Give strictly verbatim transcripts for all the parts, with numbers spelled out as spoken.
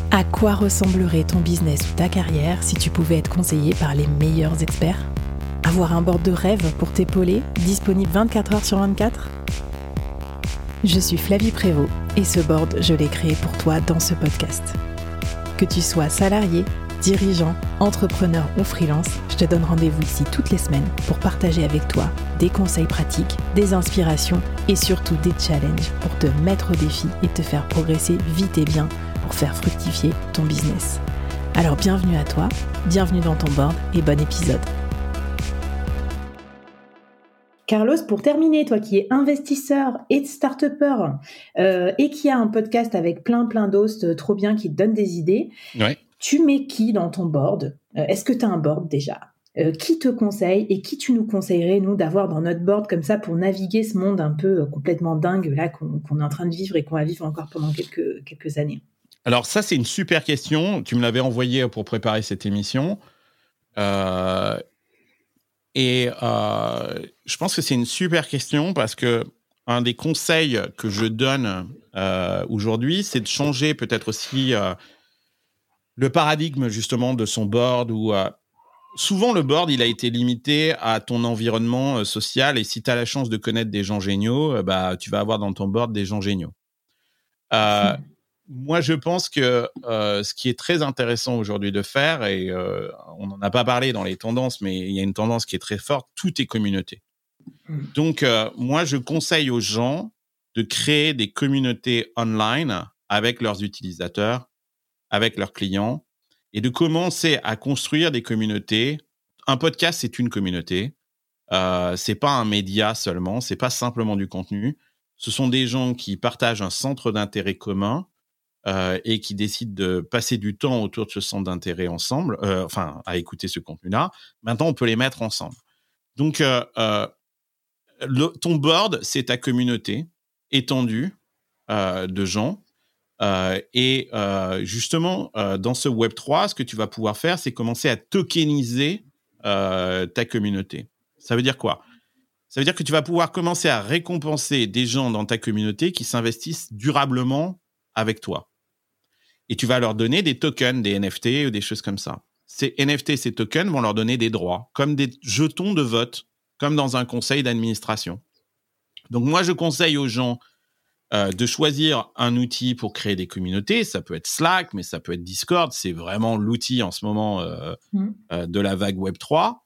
À quoi ressemblerait ton business ou ta carrière si tu pouvais être conseillé par les meilleurs experts ? Avoir un board de rêve pour t'épauler, disponible vingt-quatre heures sur vingt-quatre ? Je suis Flavie Prévost et ce board, je l'ai créé pour toi dans ce podcast. Que tu sois salarié, dirigeant, entrepreneur ou freelance, je te donne rendez-vous ici toutes les semaines pour partager avec toi des conseils pratiques, des inspirations et surtout des challenges pour te mettre au défi et te faire progresser vite et bien pour faire fructifier ton business. Alors bienvenue à toi, bienvenue dans ton board et bon épisode. Carlos, pour terminer, toi qui es investisseur et start-upper euh, et qui a un podcast avec plein plein d'hosts trop bien qui te donnent des idées, ouais. Tu mets qui dans ton board ? euh, Est-ce que tu as un board déjà ? euh, Qui te conseille et qui tu nous conseillerais, nous, d'avoir dans notre board comme ça pour naviguer ce monde un peu euh, complètement dingue là qu'on, qu'on est en train de vivre et qu'on va vivre encore pendant quelques, quelques années ? Alors ça, c'est une super question. Tu me l'avais envoyée pour préparer cette émission. Euh, et euh, je pense que c'est une super question parce que un des conseils que je donne euh, aujourd'hui, c'est de changer peut-être aussi euh, le paradigme justement de son board. Où euh, souvent le board, il a été limité à ton environnement euh, social. Et si tu as la chance de connaître des gens géniaux, euh, bah, tu vas avoir dans ton board des gens géniaux. Euh, mmh. Moi, je pense que euh, ce qui est très intéressant aujourd'hui de faire, et euh, on n'en a pas parlé dans les tendances, mais il y a une tendance qui est très forte, tout est communauté. Mmh. Donc, euh, moi, je conseille aux gens de créer des communautés online avec leurs utilisateurs, avec leurs clients, et de commencer à construire des communautés. Un podcast, c'est une communauté. Euh, c'est pas un média seulement, c'est pas simplement du contenu. Ce sont des gens qui partagent un centre d'intérêt commun euh, et qui décident de passer du temps autour de ce centre d'intérêt ensemble, euh, enfin, à écouter ce contenu-là. Maintenant, on peut les mettre ensemble. Donc, euh, euh, le, ton board, c'est ta communauté étendue euh, de gens. Euh, et euh, justement, euh, dans ce web trois, ce que tu vas pouvoir faire, c'est commencer à tokeniser euh, ta communauté. Ça veut dire quoi ? Ça veut dire que tu vas pouvoir commencer à récompenser des gens dans ta communauté qui s'investissent durablement avec toi. Et tu vas leur donner des tokens, des N F T ou des choses comme ça. Ces N F T, ces tokens vont leur donner des droits, comme des jetons de vote, comme dans un conseil d'administration. Donc moi, je conseille aux gens euh, de choisir un outil pour créer des communautés. Ça peut être Slack, mais ça peut être Discord. C'est vraiment l'outil en ce moment euh, mmh. euh, de la vague web trois.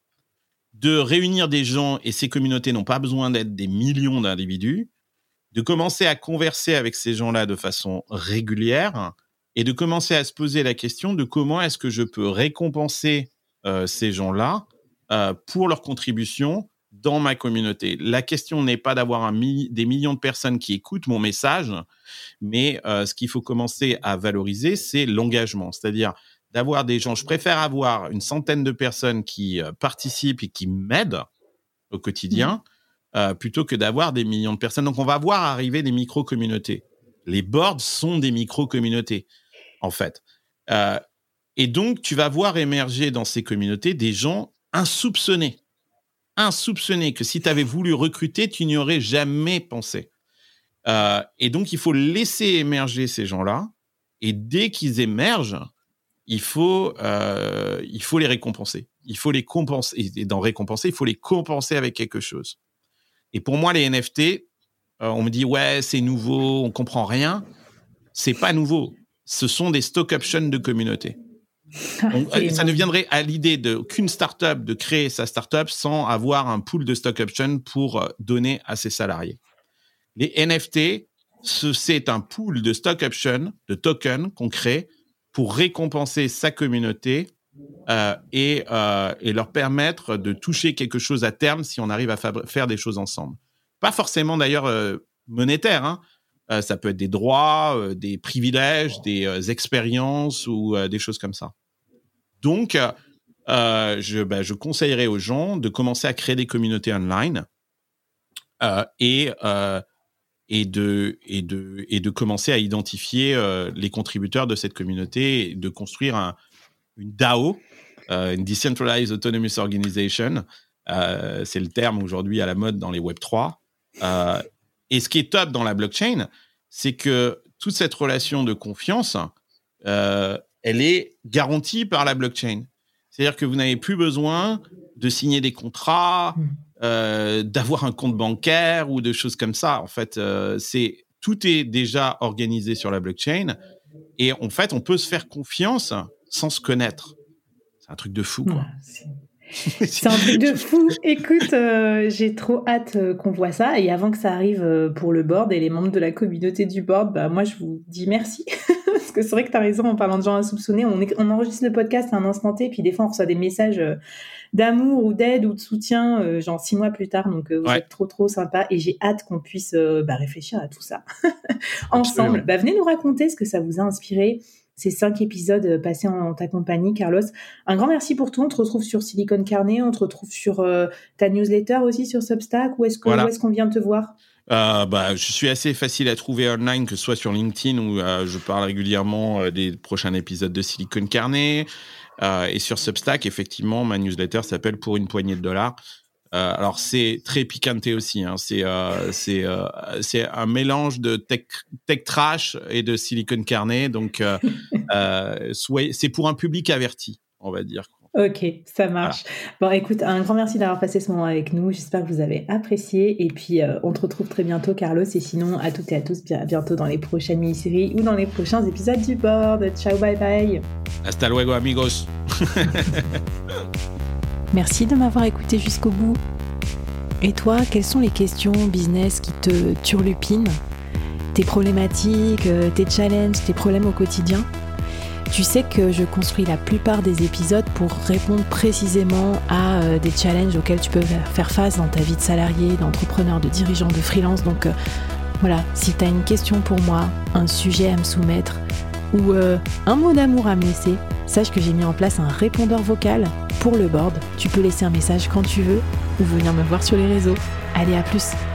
De réunir des gens, et ces communautés n'ont pas besoin d'être des millions d'individus, de commencer à converser avec ces gens-là de façon régulière et de commencer à se poser la question de comment est-ce que je peux récompenser euh, ces gens-là euh, pour leur contribution dans ma communauté. La question n'est pas d'avoir un mi- des millions de personnes qui écoutent mon message, mais euh, ce qu'il faut commencer à valoriser, c'est l'engagement, c'est-à-dire d'avoir des gens. Je préfère avoir une centaine de personnes qui euh, participent et qui m'aident au quotidien mmh. euh, plutôt que d'avoir des millions de personnes. Donc, on va voir arriver des micro-communautés. Les boards sont des micro-communautés, en fait. Euh, et donc, tu vas voir émerger dans ces communautés des gens insoupçonnés. Insoupçonnés, que si tu avais voulu recruter, tu n'y aurais jamais pensé. Euh, et donc, il faut laisser émerger ces gens-là. Et dès qu'ils émergent, il faut, euh, il faut les récompenser. Il faut les compenser. Et dans récompenser, il faut les compenser avec quelque chose. Et pour moi, les N F T, euh, on me dit, ouais, c'est nouveau, on comprend rien. C'est pas nouveau. Ce sont des stock options de communauté. On, ça ne viendrait à l'idée d'aucune startup de créer sa startup sans avoir un pool de stock options pour donner à ses salariés. Les N F T, c'est un pool de stock options, de tokens qu'on crée pour récompenser sa communauté euh, et, euh, et leur permettre de toucher quelque chose à terme si on arrive à fab- faire des choses ensemble. Pas forcément d'ailleurs euh, monétaire, hein. Euh, ça peut être des droits, euh, des privilèges, des euh, expériences ou euh, des choses comme ça. Donc, euh, je, bah, je conseillerais aux gens de commencer à créer des communautés online euh, et euh, Et de, et, de, et de commencer à identifier euh, les contributeurs de cette communauté et de construire un, une DAO, euh, une Decentralized Autonomous Organization. Euh, c'est le terme aujourd'hui à la mode dans les web trois. Euh, et ce qui est top dans la blockchain, c'est que toute cette relation de confiance, euh, elle est garantie par la blockchain. C'est-à-dire que vous n'avez plus besoin de signer des contrats, euh, d'avoir un compte bancaire ou de choses comme ça. En fait, euh, c'est, tout est déjà organisé sur la blockchain et en fait, on peut se faire confiance sans se connaître. C'est un truc de fou, quoi. Ouais, c'est... C'est un truc de fou. Écoute, euh, j'ai trop hâte euh, qu'on voit ça. Et avant que ça arrive euh, pour le board et les membres de la communauté du board, bah, moi, je vous dis merci. Parce que c'est vrai que tu as raison, en parlant de gens insoupçonnés, on, est, on enregistre le podcast à un instant T, puis des fois, on reçoit des messages euh, d'amour ou d'aide ou de soutien, euh, genre six mois plus tard. Donc, euh, vous ouais. êtes trop, trop sympa. Et j'ai hâte qu'on puisse euh, bah, réfléchir à tout ça ensemble. Bah, venez nous raconter ce que ça vous a inspiré. Ces cinq épisodes passés en ta compagnie, Carlos. Un grand merci pour tout. On te retrouve sur Silicon Carnet, on te retrouve sur euh, ta newsletter aussi sur Substack. Où est-ce, que, voilà. où est-ce qu'on vient te voir ? euh, bah, Je suis assez facile à trouver online, que ce soit sur LinkedIn où euh, je parle régulièrement euh, des prochains épisodes de Silicon Carnet. Euh, et sur Substack, effectivement, ma newsletter s'appelle Pour une poignée de dollars. Euh, alors, c'est très piquanté aussi. Hein. C'est, euh, c'est, euh, c'est un mélange de tech, tech trash et de Silicon Carnet. Donc, euh, euh, soit, c'est pour un public averti, on va dire. Ok, ça marche. Voilà. Bon, écoute, un grand merci d'avoir passé ce moment avec nous. J'espère que vous avez apprécié. Et puis, euh, on te retrouve très bientôt, Carlos. Et sinon, à toutes et à tous, bien, bientôt dans les prochaines mini-séries ou dans les prochains épisodes du board. Ciao, bye bye. Hasta luego, amigos. Merci de m'avoir écouté jusqu'au bout. Et toi, quelles sont les questions business qui te turlupinent ? Tes problématiques, tes challenges, tes problèmes au quotidien ? Tu sais que je construis la plupart des épisodes pour répondre précisément à euh, des challenges auxquels tu peux faire face dans ta vie de salarié, d'entrepreneur, de dirigeant, de freelance. Donc euh, voilà, si tu as une question pour moi, un sujet à me soumettre ou euh, un mot d'amour à me laisser, sache que j'ai mis en place un répondeur vocal pour le board. Tu peux laisser un message quand tu veux ou venir me voir sur les réseaux. Allez, à plus!